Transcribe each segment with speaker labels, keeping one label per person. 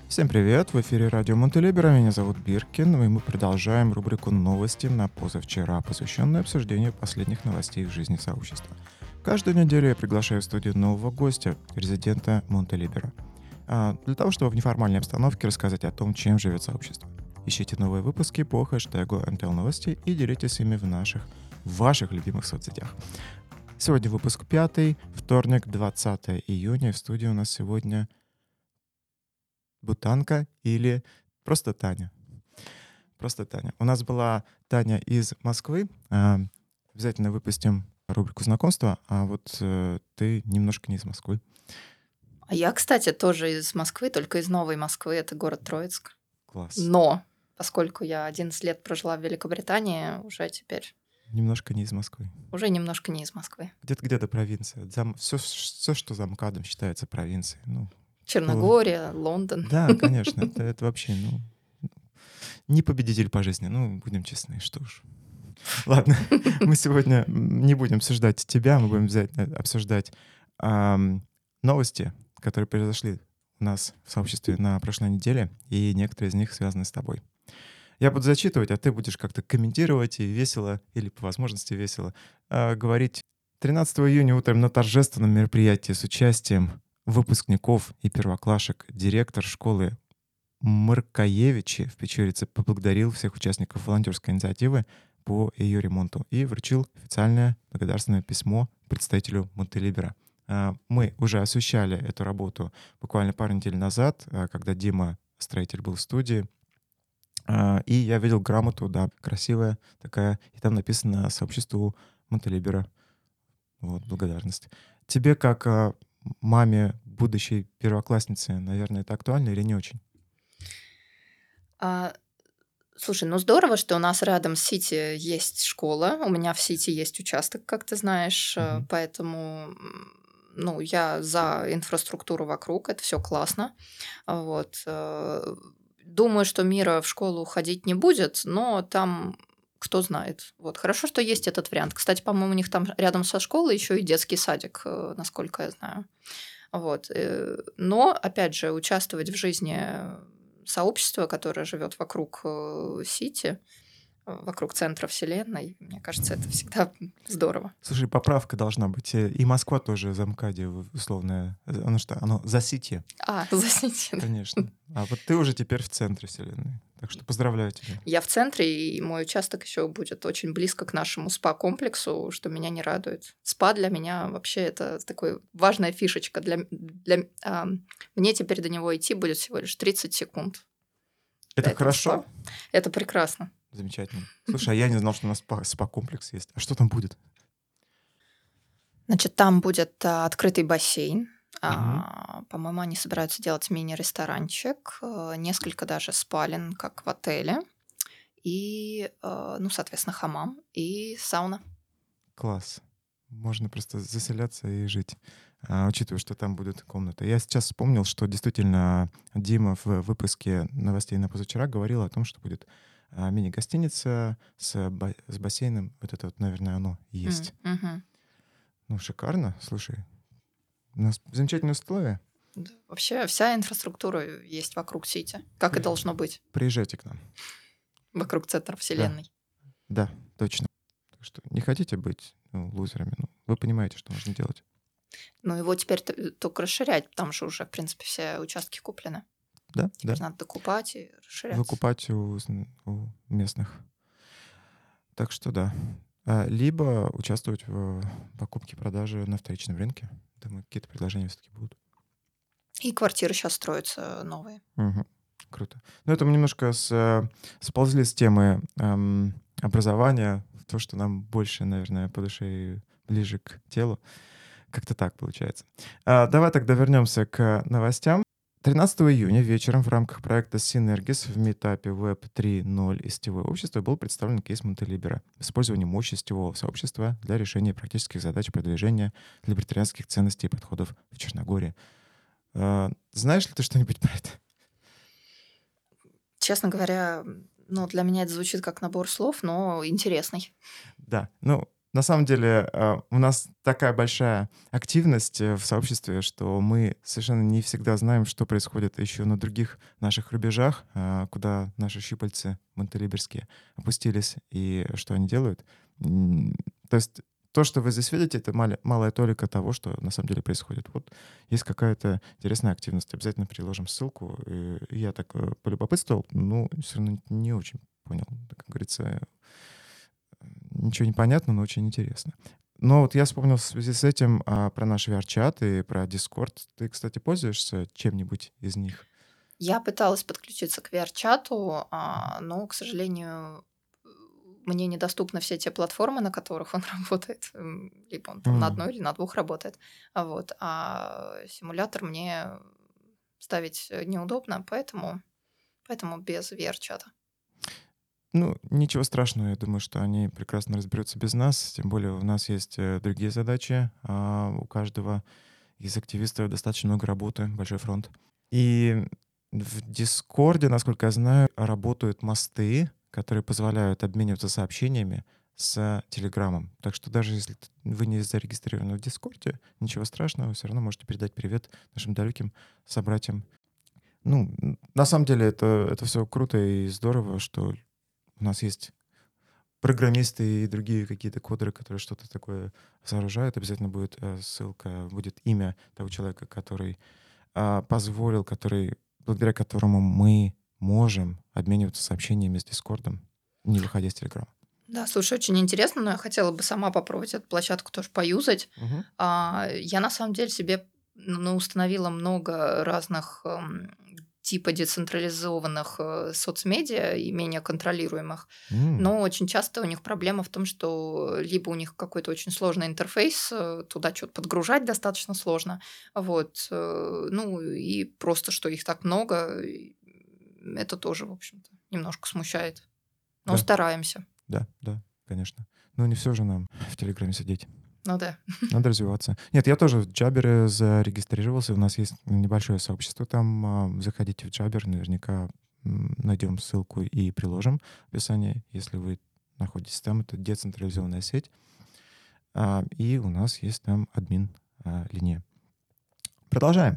Speaker 1: Всем привет! В эфире радио Монтелибера. Меня зовут Биркин, и мы продолжаем рубрику «Новости» на позавчера, посвященную обсуждению последних новостей в жизни сообщества. Каждую неделю я приглашаю в студию нового гостя, резидента Монтелибера, для того, чтобы в неформальной обстановке рассказать о том, чем живет сообщество. Ищите новые выпуски по хэштегу НТЛ-новости и делитесь ими в ваших любимых соцсетях. Сегодня выпуск 5, вторник, 20 июня. В студии у нас сегодня Бутанка или просто Таня. Просто Таня. У нас была Таня из Москвы. Обязательно выпустим рубрику знакомства, а вот ты немножко не из Москвы.
Speaker 2: А я, кстати, тоже из Москвы, только из Новой Москвы, это город Троицк.
Speaker 1: Класс.
Speaker 2: Но поскольку я 11 лет прожила в Великобритании, уже теперь
Speaker 1: Немножко не из Москвы.
Speaker 2: уже немножко не из Москвы.
Speaker 1: Где-то провинция. Все, что за МКАДом считается провинцией.
Speaker 2: Черногория, Лондон.
Speaker 1: Да, конечно. Это вообще, не победитель по жизни. Будем честны, что ж. Ладно, мы сегодня не будем обсуждать тебя, мы будем обсуждать новости, которые произошли у нас в сообществе на прошлой неделе, и некоторые из них связаны с тобой. Я буду зачитывать, а ты будешь как-то комментировать и весело, или по возможности весело, говорить. 13 июня утром на торжественном мероприятии с участием выпускников и первоклашек директор школы Маркаевичи в Печорице поблагодарил всех участников волонтерской инициативы по ее ремонту и вручил официальное благодарственное письмо представителю Монтелибера. Мы уже освещали эту работу буквально пару недель назад, когда Дима, строитель, был в студии. И я видел грамоту, да, красивая такая, и там написано «Сообществу Монтелибера». Вот, благодарность. Тебе, как маме будущей первоклассницы, наверное, это актуально или не очень?
Speaker 2: Слушай, здорово, что у нас рядом с Сити есть школа. У меня в Сити есть участок, как ты знаешь, поэтому я за инфраструктуру вокруг, это все классно. Вот. Думаю, что Мира в школу ходить не будет, но там кто знает. Вот. Хорошо, что есть этот вариант. Кстати, по-моему, у них там рядом со школой еще и детский садик, насколько я знаю. Вот. Но, опять же, участвовать в жизни сообщества, которое живет вокруг Сити, вокруг центра Вселенной, мне кажется, это всегда здорово.
Speaker 1: Слушай, поправка должна быть. И Москва тоже за МКАДе условная. Оно за Сити.
Speaker 2: За Сити.
Speaker 1: Конечно. А вот ты уже теперь в центре Вселенной. Так что поздравляю тебя.
Speaker 2: Я в центре, и мой участок еще будет очень близко к нашему СПА-комплексу, что меня не радует. СПА для меня вообще это такая важная фишечка. Мне теперь до него идти будет всего лишь 30 секунд.
Speaker 1: Это хорошо?
Speaker 2: СПА. Это прекрасно.
Speaker 1: Замечательно. Слушай, а я не знал, что у нас СПА-комплекс есть. А что там будет?
Speaker 2: Значит, там будет открытый бассейн. По-моему, они собираются делать мини-ресторанчик, несколько даже спален, как в отеле, и, соответственно, хамам и сауна.
Speaker 1: Класс. Можно просто заселяться и жить, учитывая, что там будет комната. Я сейчас вспомнил, что действительно Дима в выпуске новостей на позавчера говорил о том, что будет мини-гостиница с бассейном. Вот это вот, наверное, оно и есть. Шикарно. Слушай, у нас замечательные условия.
Speaker 2: Да, вообще вся инфраструктура есть вокруг Сити, как и должно быть.
Speaker 1: Приезжайте к нам.
Speaker 2: Вокруг центра Вселенной.
Speaker 1: Да, точно. Так что не хотите быть лузерами, вы понимаете, что нужно делать.
Speaker 2: Его теперь только расширять, потому что уже, в принципе, все участки куплены.
Speaker 1: Да.
Speaker 2: Надо докупать и расширять.
Speaker 1: Выкупать у местных. Так что да. Либо участвовать в покупке-продаже на вторичном рынке. Думаю, какие-то предложения все-таки будут.
Speaker 2: И квартиры сейчас строятся новые.
Speaker 1: Круто. Это мы немножко сползли с темы образования в то, что нам больше, наверное, по душе и ближе к телу. Как-то так получается. Давай тогда вернемся к новостям. 13 июня вечером в рамках проекта Synergis в митапе Web 3.0 и сетевое общество был представлен кейс Монтелибера использование мощи сетевого сообщества для решения практических задач продвижения либертарианских ценностей и подходов в Черногории. Знаешь ли ты что-нибудь про это?
Speaker 2: Честно говоря, для меня это звучит как набор слов, но интересный.
Speaker 1: Да, На самом деле, у нас такая большая активность в сообществе, что мы совершенно не всегда знаем, что происходит еще на других наших рубежах, куда наши щупальцы монтелиберские опустились и что они делают. М, То есть то, что вы здесь видите, это малая толика того, что на самом деле происходит. Вот есть какая-то интересная активность. Обязательно приложим ссылку. И я так полюбопытствовал, но все равно не очень понял. Как говорится, ничего не понятно, но очень интересно. Но вот я вспомнил в связи с этим про наш VR-чат и про Discord. Ты, кстати, пользуешься чем-нибудь из них?
Speaker 2: Я пыталась подключиться к VR-чату, но, к сожалению, мне недоступны все те платформы, на которых он работает. Либо он там на одной или на двух работает. Вот. А симулятор мне ставить неудобно, поэтому без VR-чата.
Speaker 1: Ну, ничего страшного, я думаю, что они прекрасно разберутся без нас, тем более у нас есть другие задачи, у каждого из активистов достаточно много работы, большой фронт. И в Дискорде, насколько я знаю, работают мосты, которые позволяют обмениваться сообщениями с Телеграмом. Так что даже если вы не зарегистрированы в Дискорде, ничего страшного, вы все равно можете передать привет нашим далеким собратьям. Ну, на самом деле это все круто и здорово, что у нас есть программисты и другие какие-то кодеры, которые что-то такое сооружают. Обязательно будет ссылка, будет имя того человека, который позволил, благодаря которому мы можем обмениваться сообщениями с Дискордом, не выходя из Телеграма.
Speaker 2: Да, слушай, очень интересно, но я хотела бы сама попробовать эту площадку тоже поюзать.
Speaker 1: Мгм.
Speaker 2: Я на самом деле себе установила много разных типа децентрализованных соцмедиа и менее контролируемых. Но очень часто у них проблема в том, что либо у них какой-то очень сложный интерфейс, туда что-то подгружать достаточно сложно, вот, ну и просто, что их так много, это тоже, в общем-то, немножко смущает. Но
Speaker 1: Да,
Speaker 2: стараемся.
Speaker 1: да, конечно. Но не все же нам в Телеграме сидеть.
Speaker 2: Ну да.
Speaker 1: Надо развиваться. Нет, я тоже в Джабере зарегистрировался. У нас есть небольшое сообщество там. Заходите в Джабер, наверняка найдем ссылку и приложим в описании, если вы находитесь там. Это децентрализованная сеть. И у нас есть там админ линия. Продолжаем.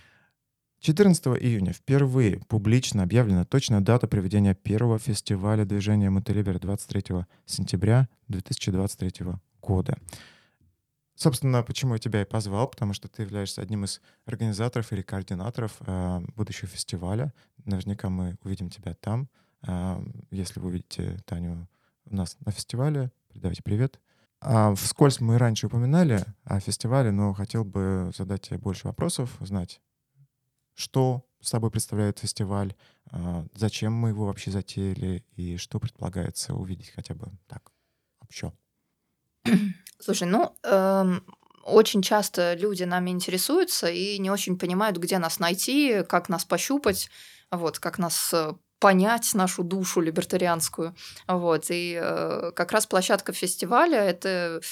Speaker 1: 14 июня впервые публично объявлена точная дата проведения первого фестиваля движения Монтелибер 23 сентября 2023 года. Собственно, почему я тебя и позвал, потому что ты являешься одним из организаторов или координаторов будущего фестиваля. Наверняка мы увидим тебя там. Если вы увидите Таню у нас на фестивале, передавайте привет. Вскользь мы раньше упоминали о фестивале, но хотел бы задать тебе больше вопросов, узнать, что собой представляет фестиваль, зачем мы его вообще затеяли и что предполагается увидеть хотя бы так общо.
Speaker 2: Слушай, ну, очень часто люди нами интересуются и не очень понимают, где нас найти, как нас пощупать, вот, как нас понять, нашу душу либертарианскую. Вот, и как раз площадка фестиваля – это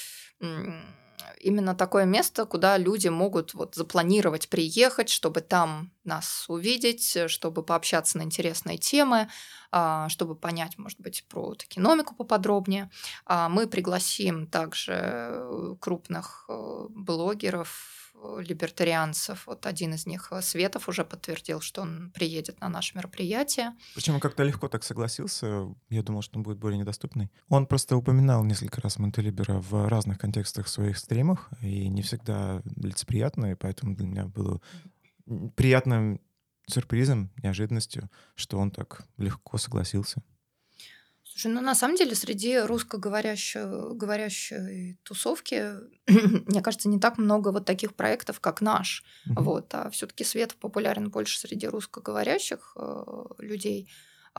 Speaker 2: именно такое место, куда люди могут вот запланировать приехать, чтобы там нас увидеть, чтобы пообщаться на интересные темы, чтобы понять, может быть, про токеномику поподробнее. Мы пригласим также крупных блогеров, либертарианцев. Вот один из них, Светов, уже подтвердил, что он приедет на наше мероприятие.
Speaker 1: Причем он как-то легко так согласился. Я думал, что он будет более недоступный. Он просто упоминал несколько раз Монтелибера в разных контекстах в своих стримах, и не всегда лицеприятно, и поэтому для меня было приятным сюрпризом, неожиданностью, что он так легко согласился.
Speaker 2: Слушай, ну на самом деле среди русскоговорящей тусовки, мне кажется, не так много вот таких проектов, как наш. Вот, а все-таки Свет популярен больше среди русскоговорящих людей.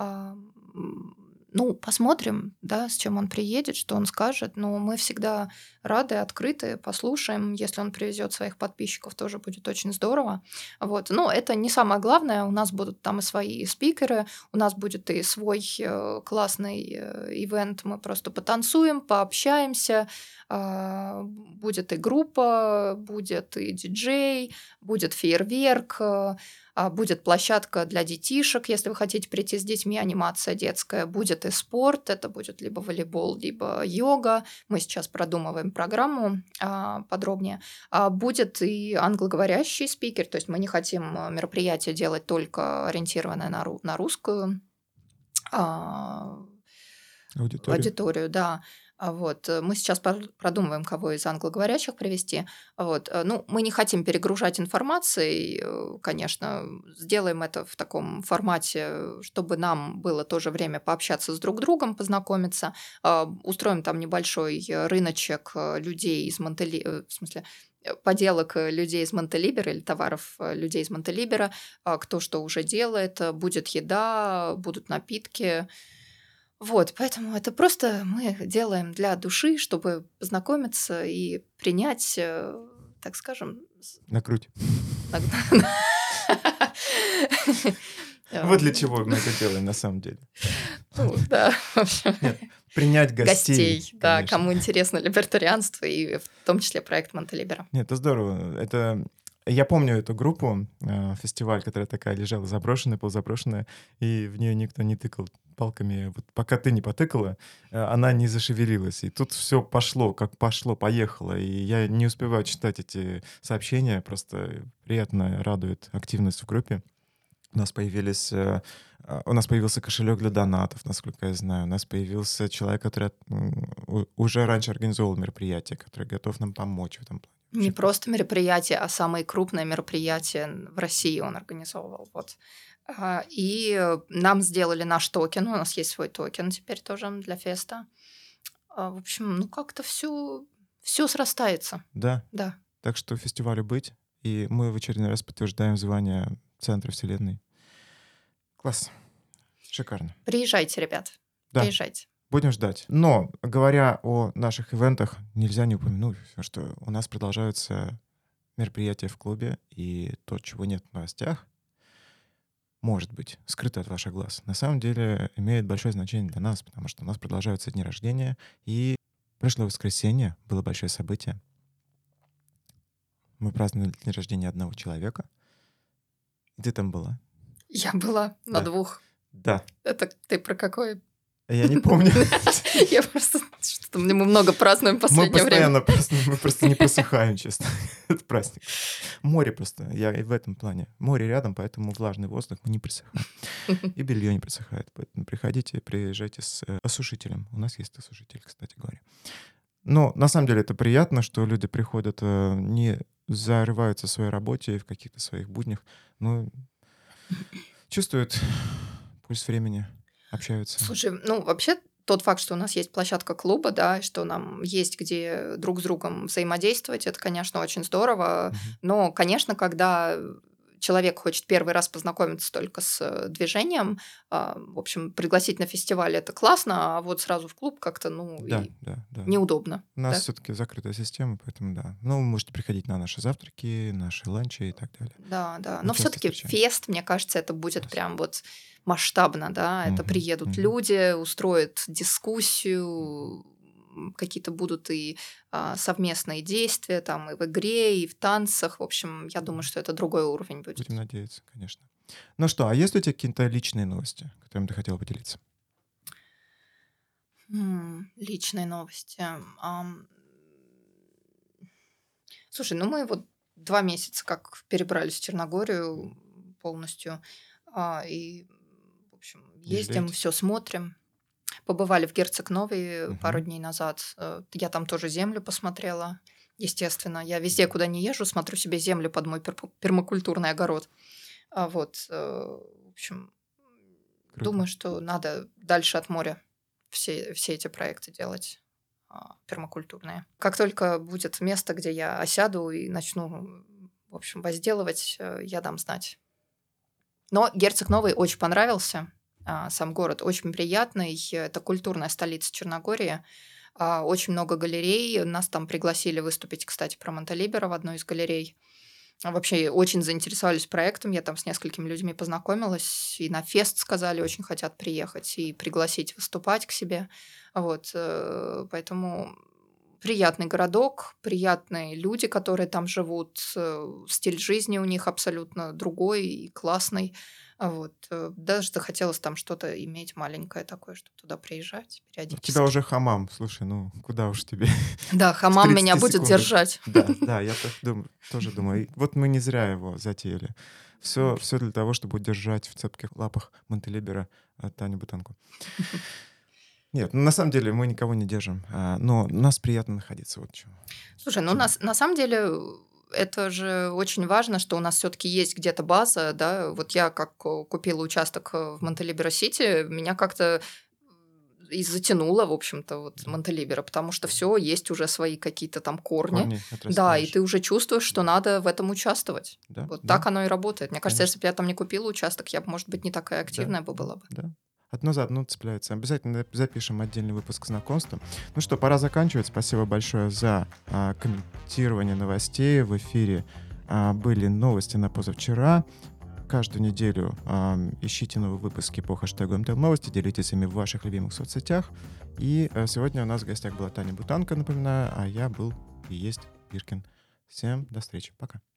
Speaker 2: Ну, посмотрим, да, с чем он приедет, что он скажет. Но мы всегда рады, открыты, послушаем. Если он привезет своих подписчиков, тоже будет очень здорово. Вот. Но это не самое главное. У нас будут там и свои спикеры, у нас будет и свой классный ивент. Мы просто потанцуем, пообщаемся. Будет и группа, будет и диджей, будет фейерверк. Будет площадка для детишек, если вы хотите прийти с детьми, анимация детская. Будет и спорт, это будет либо волейбол, либо йога. Мы сейчас продумываем программу подробнее. Будет и англоговорящий спикер, то есть мы не хотим мероприятие делать только ориентированное на русскую аудиторию, да. Мы сейчас продумываем, кого из англоговорящих привести. Ну, мы не хотим перегружать информацией, конечно, сделаем это в таком формате, чтобы нам было тоже время пообщаться с друг другом, познакомиться. Устроим там небольшой рыночек людей из поделок людей из Монтелибера или товаров людей из Монтелибера, кто что уже делает, будет еда, будут напитки. Поэтому это просто мы делаем для души, чтобы познакомиться и принять, так скажем...
Speaker 1: На грудь. Вот для чего мы это делаем на самом деле.
Speaker 2: Да, в общем.
Speaker 1: Принять гостей.
Speaker 2: Да, кому интересно либертарианство, и в том числе проект Монтелибера.
Speaker 1: Нет, это здорово. Я помню эту группу, фестиваль, которая такая лежала заброшенная, полузаброшенная, и в нее никто не тыкал палками. Вот пока ты не потыкала, она не зашевелилась. И тут все пошло, как пошло, поехало. И я не успеваю читать эти сообщения, просто приятно радует активность в группе. У нас появился кошелек для донатов, насколько я знаю. У нас появился человек, который уже раньше организовал мероприятие, который готов нам помочь в этом плане.
Speaker 2: Не просто мероприятие, а самые крупные мероприятия в России он организовывал. И нам сделали наш токен. У нас есть свой токен теперь тоже для феста. В общем, как-то все срастается.
Speaker 1: Да.
Speaker 2: Да.
Speaker 1: Так что фестивалю быть. И мы в очередной раз подтверждаем звание центра Вселенной. Класс. Шикарно.
Speaker 2: Приезжайте, ребят.
Speaker 1: Да.
Speaker 2: Приезжайте.
Speaker 1: Будем ждать. Но, говоря о наших ивентах, нельзя не упомянуть, что у нас продолжаются мероприятия в клубе, и то, чего нет в новостях, может быть, скрыто от ваших глаз, на самом деле имеет большое значение для нас, потому что у нас продолжаются дни рождения, и прошлое воскресенье было большое событие. Мы праздновали день рождения одного человека. И ты там была?
Speaker 2: Я была на 2.
Speaker 1: Да.
Speaker 2: Это ты про какой?
Speaker 1: Я не помню.
Speaker 2: Я просто... Что-то мы много празднуем в последнее время.
Speaker 1: Мы постоянно празднуем, мы просто не просыхаем, честно. Это праздник. Море просто, я и в этом плане. Море рядом, поэтому влажный воздух, мы не просыхаем. И белье не просыхает. Поэтому приезжайте с осушителем. У нас есть осушитель, кстати говоря. Но на самом деле это приятно, что люди приходят, не зарываются в своей работе, в каких-то своих буднях, но чувствуют пульс времени, общаются.
Speaker 2: Слушай, вообще тот факт, что у нас есть площадка клуба, да, что нам есть где друг с другом взаимодействовать, это, конечно, очень здорово. Но, конечно, когда человек хочет первый раз познакомиться только с движением, в общем, пригласить на фестиваль — это классно, а вот сразу в клуб как-то, неудобно.
Speaker 1: У нас все-таки закрытая система, поэтому да. Вы можете приходить на наши завтраки, наши ланчи и так далее.
Speaker 2: Да. Но все-таки фест, мне кажется, это будет прям масштабно, да. Это приедут люди, устроят дискуссию, какие-то будут и совместные действия там и в игре, и в танцах. В общем, я думаю, что это другой уровень будет.
Speaker 1: Будем надеяться, конечно. Ну что, а есть у тебя какие-то личные новости, которыми ты хотела поделиться?
Speaker 2: Личные новости. Слушай, мы 2 месяца как перебрались в Черногорию полностью. И, в общем, ездим, все смотрим. Побывали в Герцег-Новой пару дней назад. Я там тоже землю посмотрела, естественно. Я везде, куда не езжу, смотрю себе землю под мой пермакультурный огород. В общем, круто. Думаю, что надо дальше от моря все эти проекты делать пермакультурные. Как только будет место, где я осяду и начну, в общем, возделывать, я дам знать. Но Герцег-Новый очень понравился. Сам город очень приятный. Это культурная столица Черногории. Очень много галерей. Нас там пригласили выступить, кстати, про Монтелибера в одной из галерей. Вообще очень заинтересовались проектом. Я там с несколькими людьми познакомилась. И на фест сказали, очень хотят приехать и пригласить выступать к себе. Поэтому приятный городок, приятные люди, которые там живут, стиль жизни у них абсолютно другой и классный. Вот. Даже захотелось там что-то иметь маленькое такое, чтобы туда приезжать
Speaker 1: У тебя
Speaker 2: периодически.
Speaker 1: уже хамам. Слушай, ну куда уж тебе
Speaker 2: Да,
Speaker 1: в
Speaker 2: хамам меня
Speaker 1: 30
Speaker 2: будет
Speaker 1: секундах.
Speaker 2: держать.
Speaker 1: Да, я тоже думаю. И вот мы не зря его затеяли. Все для того, чтобы удержать в цепких лапах Монтелибера Таню Бутанку. Нет, ну на самом деле мы никого не держим, но нас приятно находиться. Вот чего.
Speaker 2: Слушай, ну на самом деле это же очень важно, что у нас все-таки есть где-то база, да. Вот я как купила участок в Монтелиберо-Сити, меня как-то и затянуло, в общем-то, вот Монтелиберо, потому что все есть уже свои какие-то там корни.
Speaker 1: Корни
Speaker 2: Да, и
Speaker 1: отрастающие.
Speaker 2: ты уже чувствуешь, что надо в этом участвовать.
Speaker 1: Да,
Speaker 2: Вот
Speaker 1: да,
Speaker 2: так оно и работает. Мне кажется,
Speaker 1: конечно.
Speaker 2: если бы я там не купила участок, я бы, может быть, не такая
Speaker 1: Да,
Speaker 2: активная бы была бы.
Speaker 1: да. Одно за одно цепляется. Обязательно запишем отдельный выпуск знакомства. Ну что, пора заканчивать. Спасибо большое за комментирование новостей. В эфире были новости на позавчера. Каждую неделю ищите новые выпуски по хэштегу МТЛ-новости, делитесь ими в ваших любимых соцсетях. И сегодня у нас в гостях была Таня Бутанко, напоминаю, а я был и есть Иркин. Всем до встречи. Пока.